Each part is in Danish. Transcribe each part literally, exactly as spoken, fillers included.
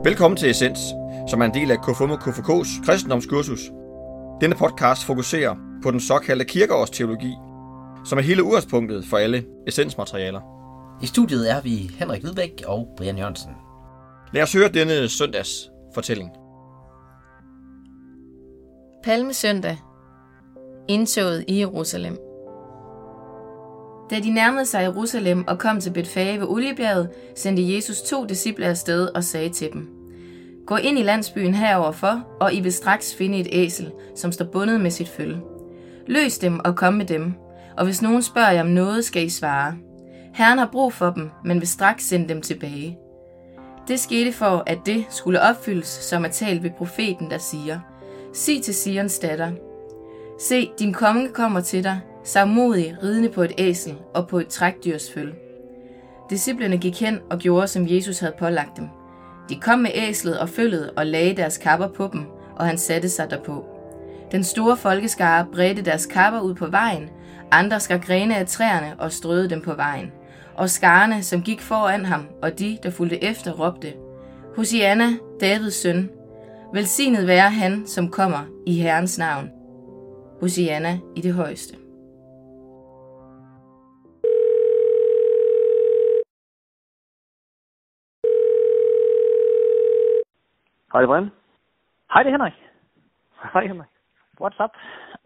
Velkommen til Essens, som er en del af K F U M og K F K's kristendomskursus. Denne podcast fokuserer på den såkaldte kirkeårsteologi, som er hele udgangspunktet for alle essensmaterialer. I studiet er vi Henrik Hvidbæk og Brian Jørgensen. Lad os høre denne søndags fortælling. Palmesøndag. Indtoget i Jerusalem. Da de nærmede sig Jerusalem og kom til Betfage ved Oliebjerget, sendte Jesus to disciple afsted og sagde til dem: Gå ind i landsbyen heroverfor, og I vil straks finde et æsel, som står bundet med sit følge. Løs dem og kom med dem, og hvis nogen spørger jer om noget, skal I svare: Herren har brug for dem, men vil straks sende dem tilbage. Det skete for, at det skulle opfyldes, som er talt ved profeten, der siger: Sig til Sions datter: Se, din konge kommer til dig, savmodig, ridende på et æsel og på et trækdyrs føl. Disciplene gik hen og gjorde, som Jesus havde pålagt dem. De kom med æslet og følget og lagde deres kapper på dem, og han satte sig derpå. Den store folkeskare bredte deres kapper ud på vejen, andre skar grene af træerne og strøede dem på vejen. Og skarne, som gik foran ham, og de, der fulgte efter, råbte: Hosianna, Davids søn. Velsignet være han, som kommer i Herrens navn. Hosianna i det højeste. Hej, Brian. Hej, det er Henrik. Hej, Henrik. What's up?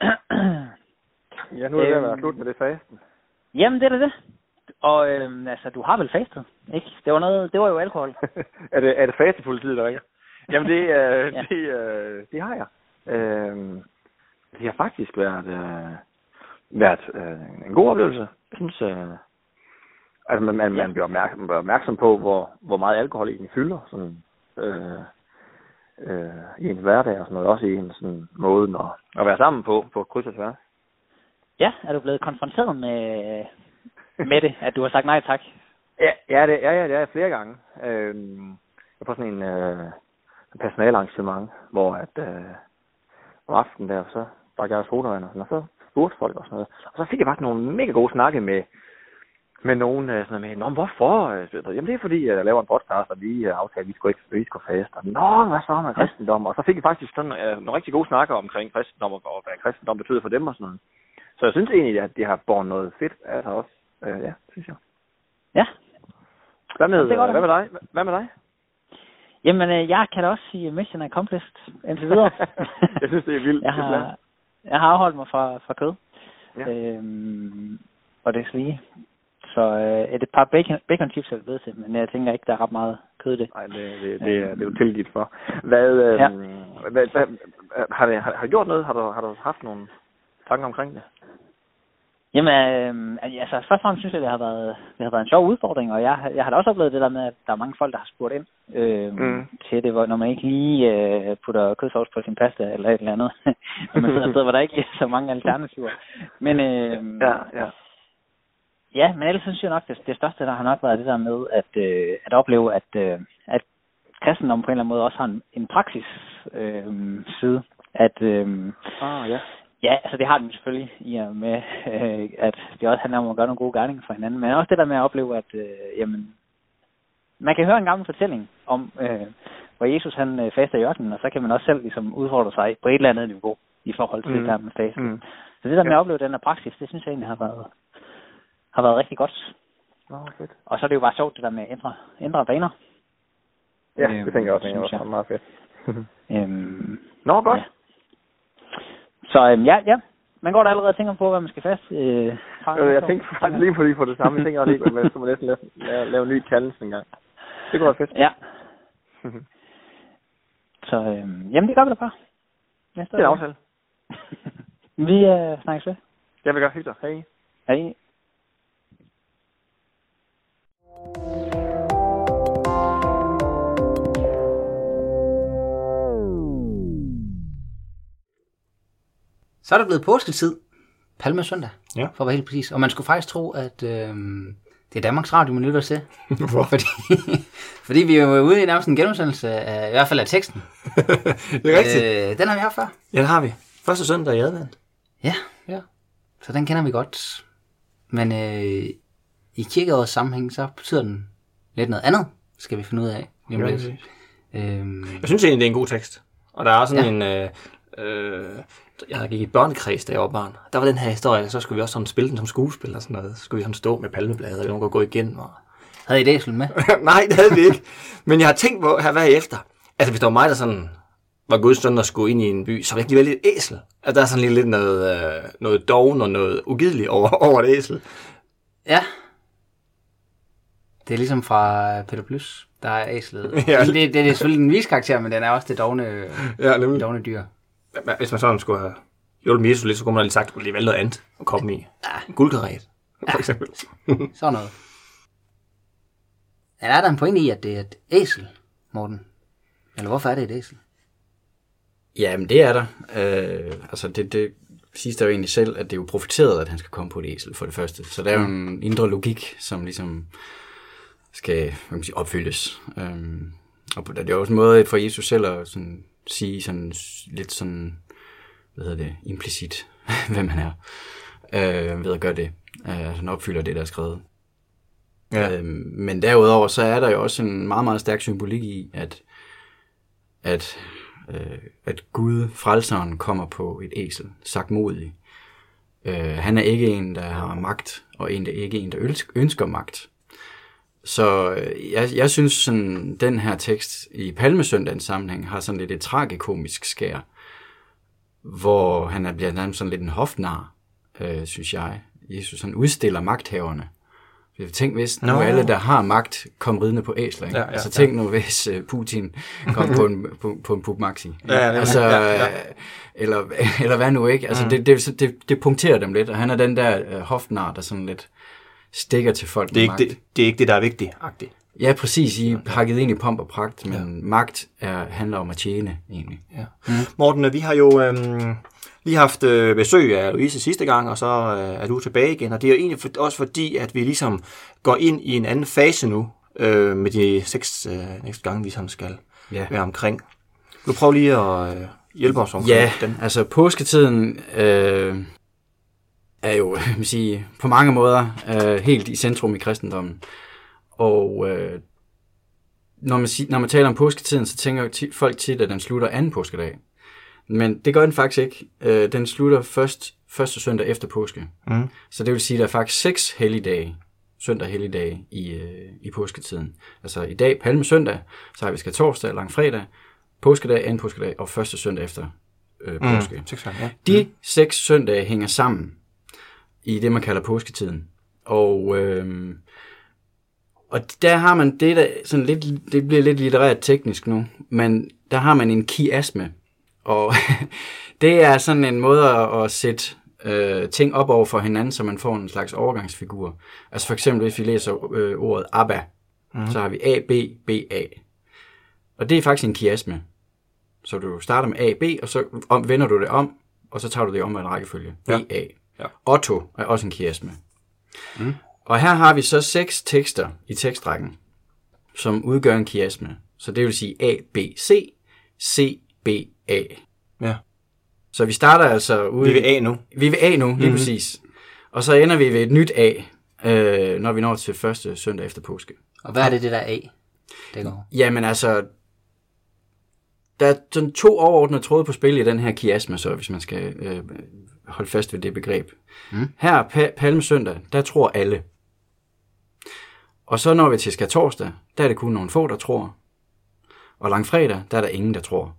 Ja, nu er det ved at være slut med det fasten. Jamen, det er det. Og øhm, altså, du har vel fastet, ikke? Det var noget, det var jo alkohol. er det er det fastepolitiet, der ringer? Jamen, det, øh, ja. det, øh, det har jeg. Øh, det har faktisk været, øh, været øh, en god oplevelse. Jeg synes, øh, altså, man, man, man bliver opmærksom, man bliver opmærksom på, hvor, hvor meget alkohol egentlig fylder sådan, øh, øh, i ens hverdag og sådan noget. Også i en sådan måde at, at være sammen på, på kryds og tværs. Ja, er du blevet konfronteret med, med det, at du har sagt nej tak? Ja, ja, det, ja, ja, det er flere gange. Øh, jeg var på sådan en øh, personalarrangement, hvor at øh, om aftenen der, så drak jeg sodavand og sådan, og så spurgte folk og sådan noget. Og så fik jeg faktisk nogle mega gode snakke med, med nogen øh, sådan med, nå, hvorfor? Jamen det er fordi, jeg laver en podcast, og vi øh, aftalte, at vi skulle ikke vi skulle faste. Og, nå, hvad så med kristendom? Og så fik jeg faktisk sådan øh, nogle rigtig gode snakker omkring kristendom, og hvad kristendom betyder for dem og sådan noget. Så jeg synes egentlig, at de har båret noget fedt af sig også. Øh, ja, synes jeg. Ja. Hvad med, hvad med dig? Hvad med dig? Jamen, øh, jeg kan da også sige mission accomplished indtil videre. Jeg synes, det er vildt. Jeg har, jeg har afholdt mig fra, fra kød. Ja. Øhm, og det er lige. Så øh, et par bacon, bacon chips er det bedre til, men jeg tænker ikke, der er ret meget kød i det. Nej, det, det, det, det, det er jo tilgivet for. Hvad, øh, ja. hvad, hvad har, det, har, har du gjort noget? Har du, har du haft nogle tanker omkring det? Jamen, øh, altså først og fremmest synes jeg, at det har været, det har været en sjov udfordring, og jeg, jeg har da også oplevet det der med, at der er mange folk, der har spurgt ind øh, mm. til det, hvor, når man ikke lige øh, putter kødsovs på sin pasta eller et eller andet. Og man sidder et sted, hvor der ikke er så mange alternativer. Men, øh, ja, ja. ja, men ellers synes jeg nok, at det, det største, der har nok været det der med, at, øh, at opleve, at, øh, at kristendom på en eller anden måde også har en, en praksis øh, side. At, øh, ah, ja. Ja, altså det har den selvfølgelig i og med, øh, at det også handler om at gøre nogle gode gerninger for hinanden. Men også det der med at opleve, at øh, jamen, man kan høre en gammel fortælling om, øh, hvor Jesus han øh, faster i ørkenen, og så kan man også selv ligesom udfordre sig på et eller andet niveau i forhold til mm. det der med faste. Mm. Så det der med at opleve den her praksis, det synes jeg egentlig har været, har været rigtig godt. Oh, fedt. Og så er det jo bare sjovt det der med at ændre, ændre vaner. Ja, øhm, det tænker jeg også, det er meget fedt. øhm, Nå, godt. Ja. Så øhm, ja, ja. Man går da allerede og tænker på, hvad man skal fast. Øh, øh, jeg tænkte faktisk lige på, lige på det samme. Jeg tænker også ikke, at man skulle næsten lave, lave, lave en ny challenge en gang. Det kunne være fedt. Ja. Så øhm, jamen, det gør vi da bare. Næste det er en aftale. Vi øh, snakkes ved. Jeg vil gøre hygge dig. Hej. Hej. Så er der blevet påsketid. Palmesøndag, ja. For at være helt præcis. Og man skulle faktisk tro, at øh, det er Danmarks Radio, man lytter til. Hvorfor? Fordi, fordi vi er jo ude i nærmest en genudsendelse, af, i hvert fald af teksten. Det er rigtigt. Øh, den har vi haft før. Ja, det har vi. Første søndag i advent. Ja, ja. Så den kender vi godt. Men øh, i kirkeårets sammenhæng, så betyder den lidt noget andet, skal vi finde ud af. Ja, Øhm, Jeg synes egentlig, det er en god tekst. Og der er sådan ja. en... Øh, øh, jeg gik i et børnekreds, da jeg var barn. Der var den her historie, så skulle vi også sådan spille den som skuespiller og sådan noget. Så skulle vi sådan stå med palmeblade, og nogen kunne gå igen. Og... Havde I et æsel med? Nej, det havde vi ikke. Men jeg har tænkt på her, hvad er efter. Altså, hvis der var mig, der sådan var Guds søn, der skulle ind i en by, så var det ikke lige et æsel. Altså, der er sådan lidt noget, øh, noget doven og noget ugideligt over, over et æsel. Ja. Det er ligesom fra Peter Plys, der er æslet. Ja. Det, det, det er selvfølgelig en vis karakter, men den er også det dogne, ja, dogne dyr. Hvis man sådan skulle have hjulpet Jesus lidt, så kunne man have lige sagt, at det skulle lige vælge noget andet at komme i. Ja. Guldkaret, for eksempel. Sådan noget. Ja, der er der en pointe i, at det er et æsel, Morten. Eller hvorfor er det et æsel? Jamen, det er der. Øh, altså, det, det siges der jo egentlig selv, at det er jo profeteret, at han skal komme på et æsel, for det første. Så der er jo en indre logik, som ligesom skal, hvad kan man sige, opfyldes. Øhm, og det er jo også en måde for Jesus selv at sådan, sige sådan, lidt sådan, hvad hedder det, implicit, hvem han er, øh, ved at gøre det. Øh, han opfylder det, der er skrevet. Ja. Øhm, men derudover, så er der jo også en meget, meget stærk symbolik i, at, at, øh, at Gud, frelseren, kommer på et æsel, sagt modig. Øh, han er ikke en, der har magt, og en, der ikke en, der ønsker magt. Så jeg, jeg synes, sådan, den her tekst i Palmesøndagens sammenhæng har sådan lidt et tragikomisk skær, hvor han er bliver nærmest sådan lidt en hofnar, øh, synes jeg. Jesus han udstiller magthaverne. Tænk hvis nu alle, der har magt, kom ridende på æsler. Ikke? Ja, ja, altså tænk nu, hvis Putin kom på en, på, på en Puck Maxi. Ja, ja, altså, ja, ja. Eller, eller hvad nu ikke. Altså, mm. det, det, det, det punkterer dem lidt, og han er den der uh, hofnar, der sådan lidt stikker til folk det er, ikke det, det er ikke det, der er vigtigt. -agtigt. Ja, præcis. I hakket ind i pomp og pragt, men ja. Magt er, handler om at tjene, egentlig. Ja. Mm. Morten, vi har jo øhm, lige haft øh, besøg af Louise sidste gang, og så øh, er du tilbage igen. Og det er jo egentlig for, også fordi, at vi ligesom går ind i en anden fase nu, øh, med de seks øh, næste gange, vi sådan skal ja. være omkring. Du prøver lige at øh, hjælpe os omkring ja, den. Altså påsketiden øh, er jo man sige, på mange måder øh, helt i centrum i kristendommen. Og øh, når, man sig, når man taler om påsketiden, så tænker t- folk tit, at den slutter anden påskedag. Men det gør den faktisk ikke. Øh, den slutter først første søndag efter påske. Mm. Så det vil sige, at der er faktisk seks helligdage, søndag helligdage i, øh, i påsketiden. Altså i dag, palmesøndag, så har vi skærtorsdag, langfredag, påskedag, anden påskedag og første søndag efter øh, påske. Mm. Seks, ja. De mm. seks søndage hænger sammen i det, man kalder påsketiden. Og... Øh, Og der har man det, der sådan lidt, det bliver lidt litterært teknisk nu, men der har man en kiasme, og det er sådan en måde at, at sætte øh, ting op over for hinanden, så man får en slags overgangsfigur. Altså for eksempel, hvis vi læser øh, ordet Abba, mm-hmm. så har vi A, B, B, A. Og det er faktisk en kiasme. Så du starter med A, B, og så om, vender du det om, og så tager du det om med en rækkefølge. B, ja. A. Ja. Otto er også en kiasme. Mm. Og her har vi så seks tekster i tekstrækken, som udgør en kiasme. Så det vil sige A, B, C, C, B, A. Ja. Så vi starter altså ude... Vi er ved A nu. Vi er ved A nu, lige mm-hmm. præcis. Og så ender vi ved et nyt A, øh, når vi når til første søndag efter påske. Og hvad er det, det der A? Det går. Jamen altså, der er sådan to overordnede tråde på spil i den her kiasme, så hvis man skal øh, holde fast ved det begreb. Mm. Her pa- palmesøndag, der tror alle. Og så når vi til skærtorsdag, der er det kun nogle få, der tror. Og langfredag, der er der ingen, der tror.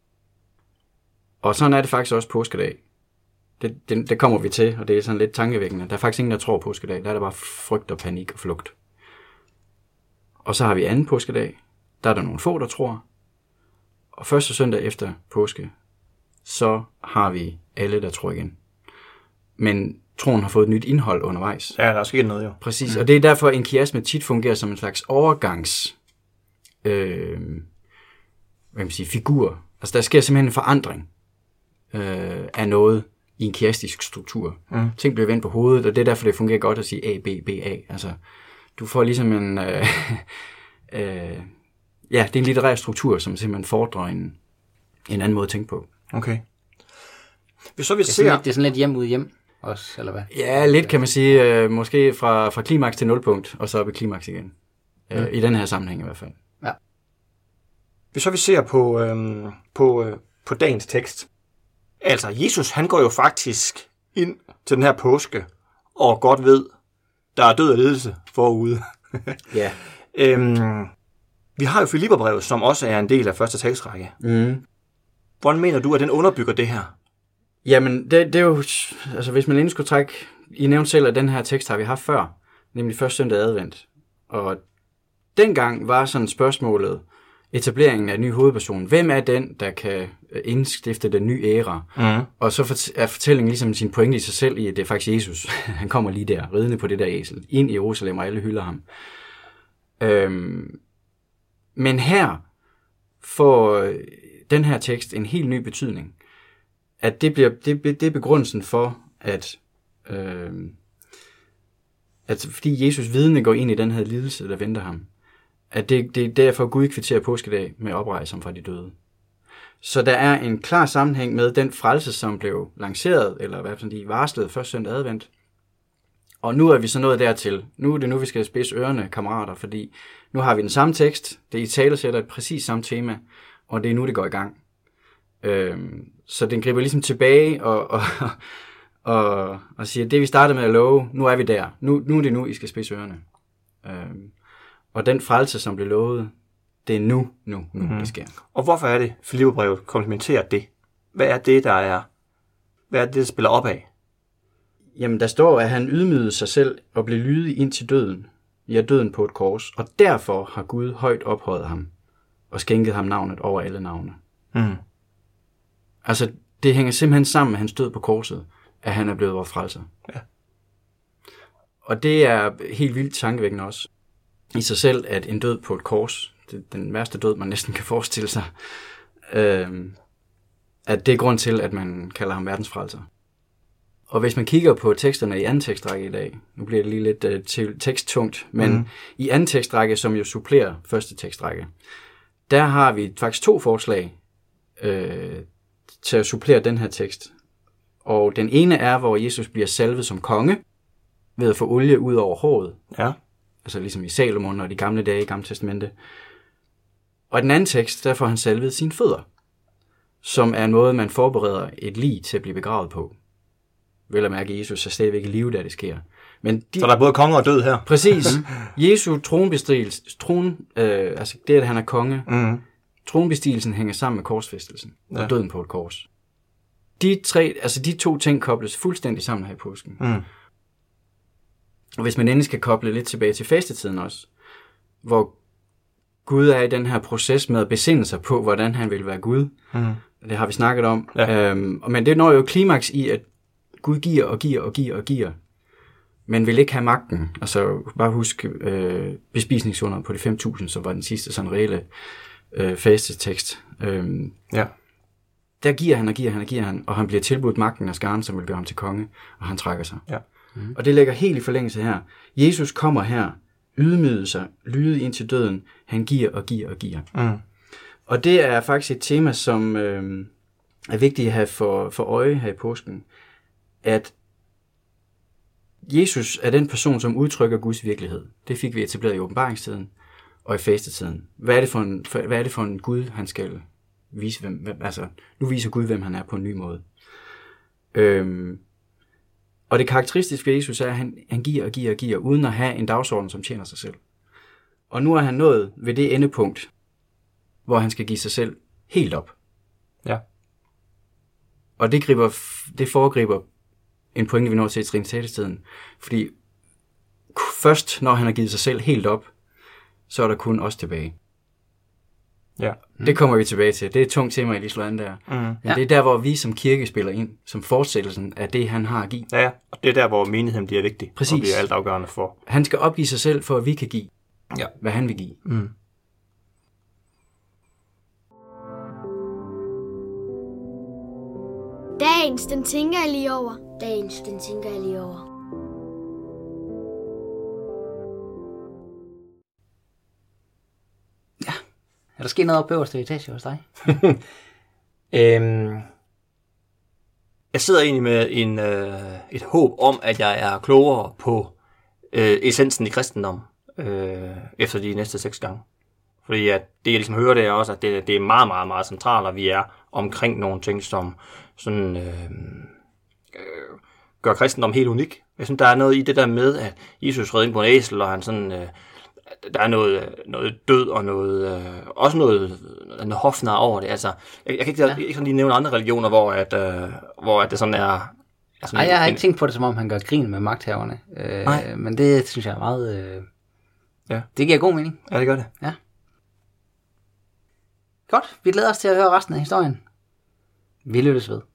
Og sådan er det faktisk også påskedag. Det, det, det kommer vi til, og det er sådan lidt tankevækkende. Der er faktisk ingen, der tror påskedag. Der er der bare frygt og panik og flugt. Og så har vi anden påskedag. Der er der nogle få, der tror. Og første søndag efter påske, så har vi alle, der tror igen. Men troen har fået et nyt indhold undervejs. Ja, der er sket noget jo. Præcis, mm. og det er derfor, en kiasme tit fungerer som en slags overgangs øh, hvad kan man sige, figur. Altså der sker simpelthen en forandring øh, af noget i en kiastisk struktur. Mm. Ting bliver vendt på hovedet, og det er derfor, det fungerer godt at sige A, B, B, A. Altså, du får ligesom en... Øh, øh, ja, det er en litterær struktur, som simpelthen fordrer en, en anden måde at tænke på. Okay. Hvis så vi det, er ser... sådan, det er sådan lidt hjem ud hjem også, eller hvad? Ja, lidt kan man sige. Øh, måske fra, fra klimaks til nulpunkt, og så op i klimaks igen. Øh, mm. I den her sammenhæng i hvert fald. Ja. Hvis så vi ser på, øhm, på, øh, på dagens tekst. Altså, Jesus, han går jo faktisk ind til den her påske, og godt ved, der er død og lidelse forude. Ja. øhm, vi har jo Filipperbrevet, som også er en del af første tekstrække. Mm. Hvordan mener du, at den underbygger det her? Jamen, det, det er jo, altså hvis man endelig skulle trække, I nævnte selv, at den her tekst har vi haft før, nemlig første søndag advent. Og dengang var sådan spørgsmålet, etableringen af en ny hovedperson. Hvem er den, der kan indstifte den nye æra? Mm. Og så er fortællingen ligesom sin pointe i sig selv i, at det er faktisk Jesus. Han kommer lige der, ridende på det der æsel, ind i Jerusalem, og alle hylder ham. Øhm, men her får den her tekst en helt ny betydning. At det, bliver, det, det er begrundelsen for, at, øh, at fordi Jesus vidne går ind i den her lidelse, der venter ham, at det, det er derfor Gud kvitterer påskedag med oprejsen fra de døde. Så der er en klar sammenhæng med den frelse, som blev lanceret, eller hvad sådan de varslede første søndag advent. Og nu er vi så nået dertil. Nu er det nu, vi skal spidse ørerne, kammerater, fordi nu har vi den samme tekst, det i tale sætter et præcis samme tema, og det er nu, det går i gang. Øhm, så den griber ligesom tilbage og, og, og, og siger, det vi startede med at love, nu er vi der. Nu, nu er det nu, I skal spidse ørerne. Øhm, og den frelse, som blev lovet, det er nu, nu, nu, mm-hmm. det sker. Og hvorfor er det, Filipperbrevet komplementerer det? Hvad er det, der er, hvad er det, der spiller op af? Jamen, der står, at han ydmygede sig selv og blev lydig ind til døden. Ja, døden på et kors. Og derfor har Gud højt ophøjet ham og skænket ham navnet over alle navne. Mm. Altså, det hænger simpelthen sammen med hans død på korset, at han er blevet vores frelser. Ja. Og det er helt vildt tankevækkende også i sig selv, at en død på et kors, det er den værste død, man næsten kan forestille sig, øh, at det er grund til, at man kalder ham verdens frelser. Og hvis man kigger på teksterne i anden tekstrække i dag, nu bliver det lige lidt uh, til teksttungt, men mm. i anden tekstrække, som jo supplerer første tekstrække, der har vi faktisk to forslag øh, til at supplere den her tekst. Og den ene er, hvor Jesus bliver salvet som konge, ved at få olie ud over håret. Ja. Altså ligesom i Salomon og de gamle dage i Gamle Testamente. Og i den anden tekst, der får han salvet sine fødder, som er en måde, man forbereder et lig til at blive begravet på. Vel at mærke, at Jesus er stadigvæk i live, da det sker. Men de, så der er både konge og død her. Præcis. Jesu tronbestigelse, tron, øh, altså det, at han er konge, mm. tronbestigelsen hænger sammen med korsfæstelsen og ja. Døden på et kors. De, tre, altså de to ting kobles fuldstændig sammen her i påsken. Mm. Og hvis man endelig skal koble lidt tilbage til fastetiden også, hvor Gud er i den her proces med at besinde sig på, hvordan han vil være Gud. Mm. Det har vi snakket om. Ja. Øhm, men det når jo klimaks i, at Gud giver og giver og giver og giver, men vil ikke have magten. Altså bare husk øh, bespisningsunderet på de fem tusind, som var den sidste sådan reelle øh, fastetekst. Øhm, ja. Der giver han og giver han og giver han, og han bliver tilbudt magten af skaren, som vil gøre ham til konge, og han trækker sig. Ja. Mm. Og det ligger helt i forlængelse her. Jesus kommer her, ydmyger sig, lyder ind til døden, han giver og giver og giver. Mm. Og det er faktisk et tema, som øh, er vigtigt at have for, for øje her i påsken, at Jesus er den person, som udtrykker Guds virkelighed. Det fik vi etableret i åbenbaringstiden og i fastetiden. Hvad er det for en, for, hvad er det for en Gud, han skal vise? Hvem, hvem, altså, nu viser Gud, hvem han er på en ny måde. Øhm, og det karakteristiske ved Jesus er, at han, han giver og giver og giver, uden at have en dagsorden, som tjener sig selv. Og nu er han nået ved det endepunkt, hvor han skal give sig selv helt op. Ja. Og det, griber, det foregriber en pointe, vi når til i Trinitatis-tiden. Fordi først, når han har givet sig selv helt op, så er der kun os tilbage. Ja. Mm. Det kommer vi tilbage til. Det er et tungt tema, jeg lige slår an der. Mm. Men ja. Det er der, hvor vi som kirke spiller ind, som fortsættelsen af det, han har at give. Ja, og det er der, hvor menigheden bliver vigtig. Præcis. Og bliver altafgørende for. Han skal opgive sig selv, for at vi kan give, ja. Hvad han vil give. Mm. Dagens, den tænker jeg lige over. Dagens, den tænker jeg lige over. Ja. Er der sket noget op på øverste etage hos dig? øhm, jeg sidder egentlig med en, øh, et håb om, at jeg er klogere på øh, essensen i kristendom øh, efter de næste seks gange. Fordi at det, jeg ligesom hører, det er også, at det, det er meget, meget, meget centralt, at vi er omkring nogle ting, som sådan, øh, øh, gør kristendom helt unik. Jeg synes, der er noget i det der med, at Jesus red ind på en æsel, og han sådan, øh, der er noget, noget død og noget, øh, også noget, noget hofnar over det. Altså, jeg, jeg kan ikke, ja. jeg, jeg kan lige nævne andre religioner, hvor, at, øh, hvor at det sådan er... Altså, Nej, jeg har en, ikke tænkt på det, som om han gør grin med magthaverne. Øh, men det synes jeg er meget... Øh, ja. Det giver god mening. Ja, det gør det. Ja. Godt, vi glæder os til at høre resten af historien. Vi lyttes ved.